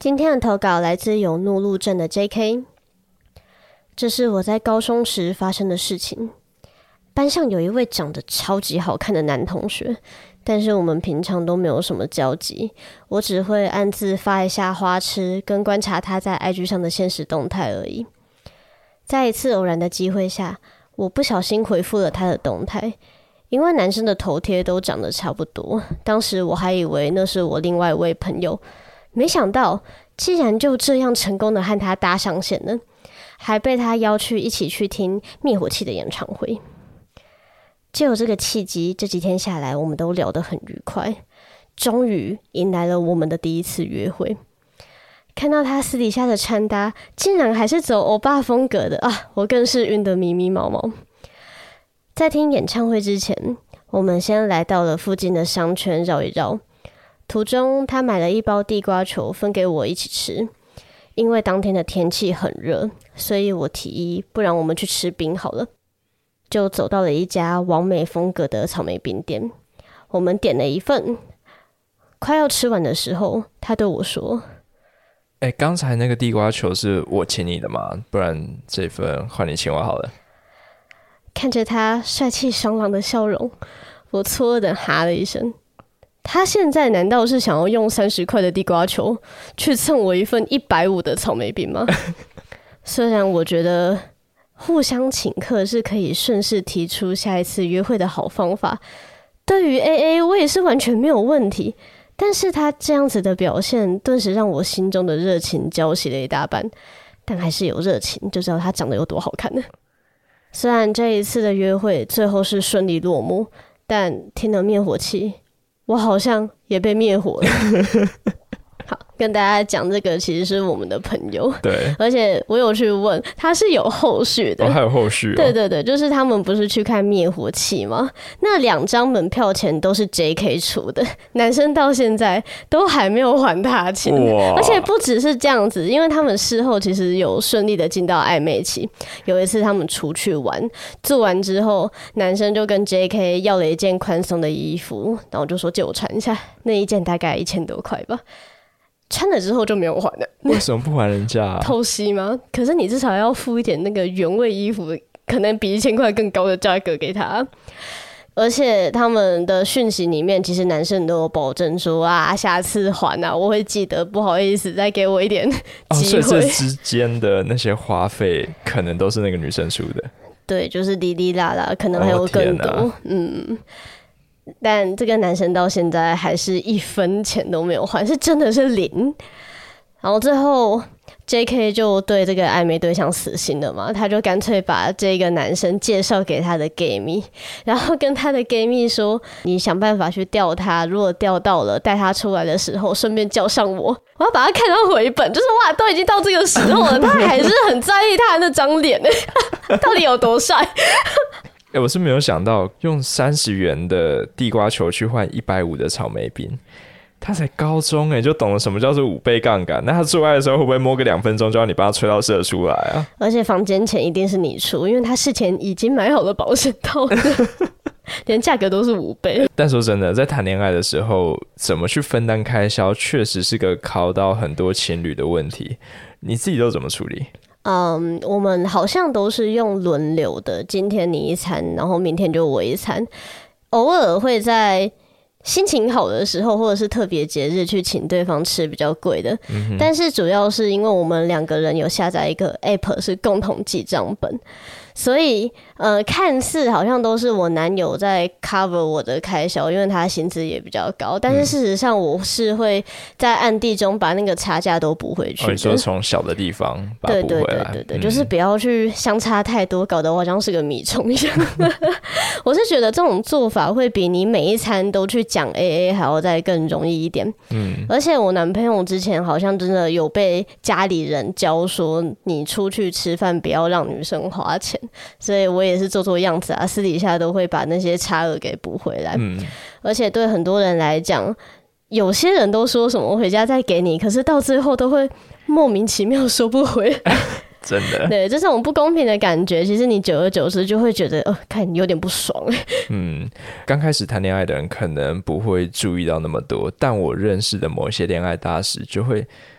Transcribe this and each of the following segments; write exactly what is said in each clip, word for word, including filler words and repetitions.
今天的投稿来自有怒路症的 J K。 这是我在高中时发生的事情。班上有一位长得超级好看的男同学，但是我们平常都没有什么交集，我只会暗自发一下花痴跟观察他在 I G 上的现实动态而已。在一次偶然的机会下，我不小心回复了他的动态，因为男生的头贴都长得差不多，当时我还以为那是我另外一位朋友，没想到竟然就这样成功的和他搭上线了，还被他邀去一起去听灭火器的演唱会。藉由这个契机，这几天下来我们都聊得很愉快，终于迎来了我们的第一次约会。看到他私底下的穿搭竟然还是走欧巴风格的啊，我更是晕得迷迷毛毛。在听演唱会之前，我们先来到了附近的商圈绕一绕，途中他买了一包地瓜球分给我一起吃，因为当天的天气很热，所以我提议不然我们去吃冰好了，就走到了一家完美风格的草莓冰店。我们点了一份，快要吃完的时候，他对我说： 哎、欸，刚才那个地瓜球是我请你的吗？不然这份换你请我好了。 看着他帅气爽朗的笑容，我错愕的哈了一声。他现在难道是想要用三十块的地瓜球去蹭我一份一百五的草莓冰吗？虽然我觉得互相请客是可以顺势提出下一次约会的好方法，对于 A A 我也是完全没有问题，但是他这样子的表现顿时让我心中的热情浇熄了一大半，但还是有热情，就知道他长得有多好看呢。虽然这一次的约会最后是顺利落幕，但听了灭火器，我好像也被灭火了。好，跟大家讲这个其实是我们的朋友， 对， 而且我有去问，他是有后续的， 哦，还有后续哦。 对对对，就是他们不是去看灭火器吗？那两张门票钱都是 J K 出的，男生到现在都还没有还他钱，而且不只是这样子，因为他们事后其实有顺利的进到暧昧期。有一次他们出去玩，做完之后，男生就跟 J K 要了一件宽松的衣服，然后就说借我穿一下，那一件大概一千多块吧。穿了之后就没有还了。 为什么不还人家、啊？ 偷袭吗？可是你至少要付一点那个原味衣服，可能比一千块更高的价格给他。而且他们的讯息里面，其实男生都有保证说啊，下次还啊，我会记得，不好意思，再给我一点机会。 哦，所以这之间的那些花费，可能都是那个女生出的。 对，就是哩哩啦啦，可能还有更多。哦、嗯。但这个男生到现在还是一分钱都没有还，是真的是零。然后最后 J K 就对这个暧昧对象死心了嘛，他就干脆把这个男生介绍给他的 gay 蜜，然后跟他的 gay 蜜说，你想办法去钓他，如果钓到了带他出来的时候顺便叫上我，我要把他看到回本，就是哇都已经到这个时候了，他还是很在意他的那张脸到底有多帅。 欸、我是没有想到用三十元的地瓜球去换一百五的草莓冰，他才高中哎、欸，就懂了什么叫做五倍杠杆。那他做爱的时候会不会摸个两分钟就要你帮他吹到射出来啊？ 而且房间钱一定是你出，因为他事前已经买好了保险套了，连价格都是五倍。 但说真的，在谈恋爱的时候，怎么去分担开销，确实是个考到很多情侣的问题。你自己都怎么处理？ 嗯，我们好像都是用轮流的，今天你一餐，然后明天就我一餐。偶尔会在心情好的时候，或者是特别节日去请对方吃比较贵的、嗯、但是主要是因为我们两个人有下载一个 app 是共同记账本，所以呃，看似好像都是我男友在 cover 我的开销，因为他薪资也比较高，但是事实上我是会在暗地中把那个差价都补回去的。 哦，你说从小的地方把它补回来。对对对对对、嗯，就是不要去相差太多，搞得我好像是个米虫一样。我是觉得这种做法会比你每一餐都去讲 A A 还要再更容易一点。嗯，而且我男朋友之前好像真的有被家里人教说，你出去吃饭不要让女生花钱。所以我也是做做样子啊，私底下都会把那些差额给补回来、嗯、而且对很多人来讲，有些人都说什么回家再给你，可是到最后都会莫名其妙收不回来。 真的， 对，这种不公平的感觉，其实你久而久之就会觉得，呃，看你有点不爽。 嗯，刚开始谈恋爱的人可能不会注意到那么多，但我认识的某些恋爱大师就会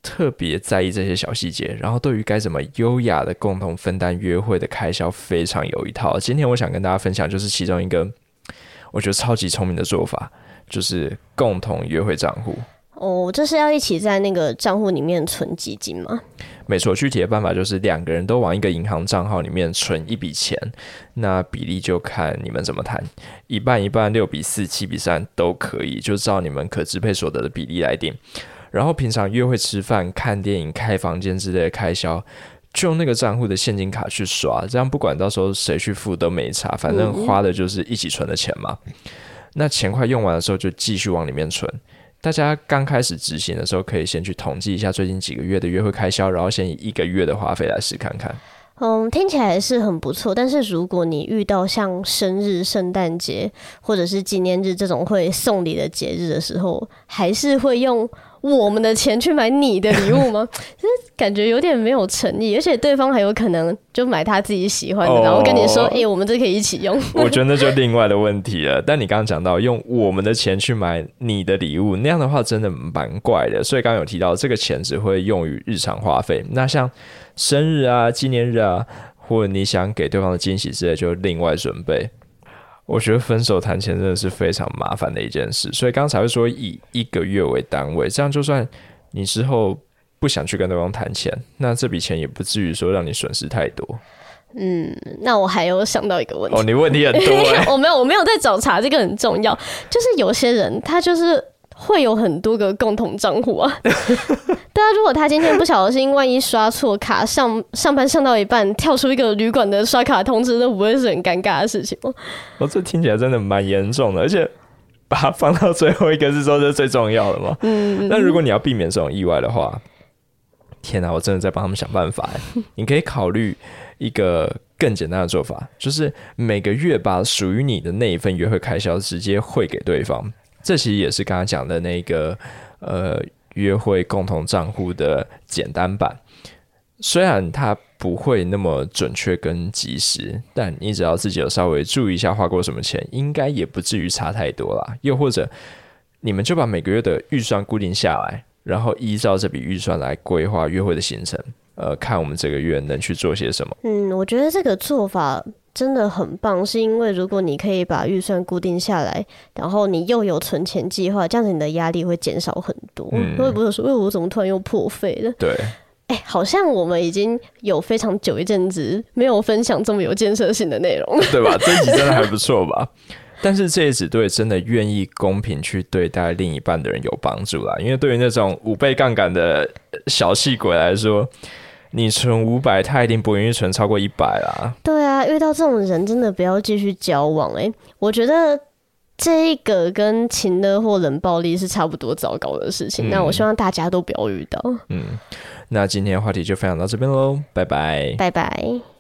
特别在意这些小细节，然后对于该怎么优雅的共同分担约会的开销非常有一套。今天我想跟大家分享就是其中一个我觉得超级聪明的做法，就是共同约会账户。 哦，这是要一起在那个账户里面存基金吗？ 没错，具体的办法就是两个人都往一个银行账号里面存一笔钱，那比例就看你们怎么谈，一半一半、六比四、七比三都可以，就照你们可支配所得的比例来定。然后平常约会、吃饭、看电影、开房间之类的开销，就用那个账户的现金卡去刷，这样不管到时候谁去付都没差，反正花的就是一起存的钱嘛。那钱快用完的时候就继续往里面存。大家刚开始执行的时候，可以先去统计一下最近几个月的约会开销，然后先以一个月的花费来试看看。 嗯，听起来是很不错，但是如果你遇到像生日、圣诞节或者是纪念日这种会送礼的节日的时候，还是会用我们的钱去买你的礼物吗？就是感觉有点没有诚意，而且对方还有可能就买他自己喜欢的， oh, 然后跟你说：“哎、欸，我们这可以一起用。” 我觉得那就另外的问题了。但你刚刚讲到用我们的钱去买你的礼物，那样的话真的蛮怪的。所以刚刚有提到，这个钱只会用于日常花费。那像生日啊、纪念日啊，或者你想给对方的惊喜之类，就另外准备。我觉得分手谈钱真的是非常麻烦的一件事，所以刚刚才会说以一个月为单位，这样就算你之后不想去跟对方谈钱，那这笔钱也不至于说让你损失太多。 嗯，那我还有想到一个问题。 哦，你问题很多欸。 我没有，我没有在找茬，这个很重要。就是有些人他就是会有很多个共同账户啊。对啊，如果他今天不小心，万一刷错卡，上上班上到一半，跳出一个旅馆的刷卡通知，那不会是很尴尬的事情吗？ 哦，这听起来真的蛮严重的，而且把它放到最后一个是说这是最重要的嘛。嗯。那如果你要避免这种意外的话，天哪，我真的在帮他们想办法。你可以考虑一个更简单的做法，就是每个月把属于你的那一份约会开销直接汇给对方。这其实也是刚刚讲的那个呃。约会共同账户的简单版，虽然它不会那么准确跟及时，但你只要自己有稍微注意一下花过什么钱，应该也不至于差太多啦。又或者你们就把每个月的预算固定下来，然后依照这笔预算来规划约会的行程，呃，看我们这个月能去做些什么。 嗯，我觉得这个做法真的很棒，是因为如果你可以把预算固定下来，然后你又有存钱计划，这样子你的压力会减少很多。嗯，会不会说，我怎么突然又破费了？ 对， 哎、欸，好像我们已经有非常久一阵子没有分享这么有建设性的内容， 对吧？这一集真的还不错吧？但是这也只对真的愿意公平去对待另一半的人有帮助啦，因为对于那种五倍杠杆的小气鬼来说，你存五百，他一定不愿意存超过一百啦。 对啊，遇到这种人真的不要继续交往。哎、欸，我觉得这一个跟情勒或冷暴力是差不多糟糕的事情。嗯、那我希望大家都不要遇到。 嗯，那今天的话题就分享到这边喽，拜拜， 拜拜。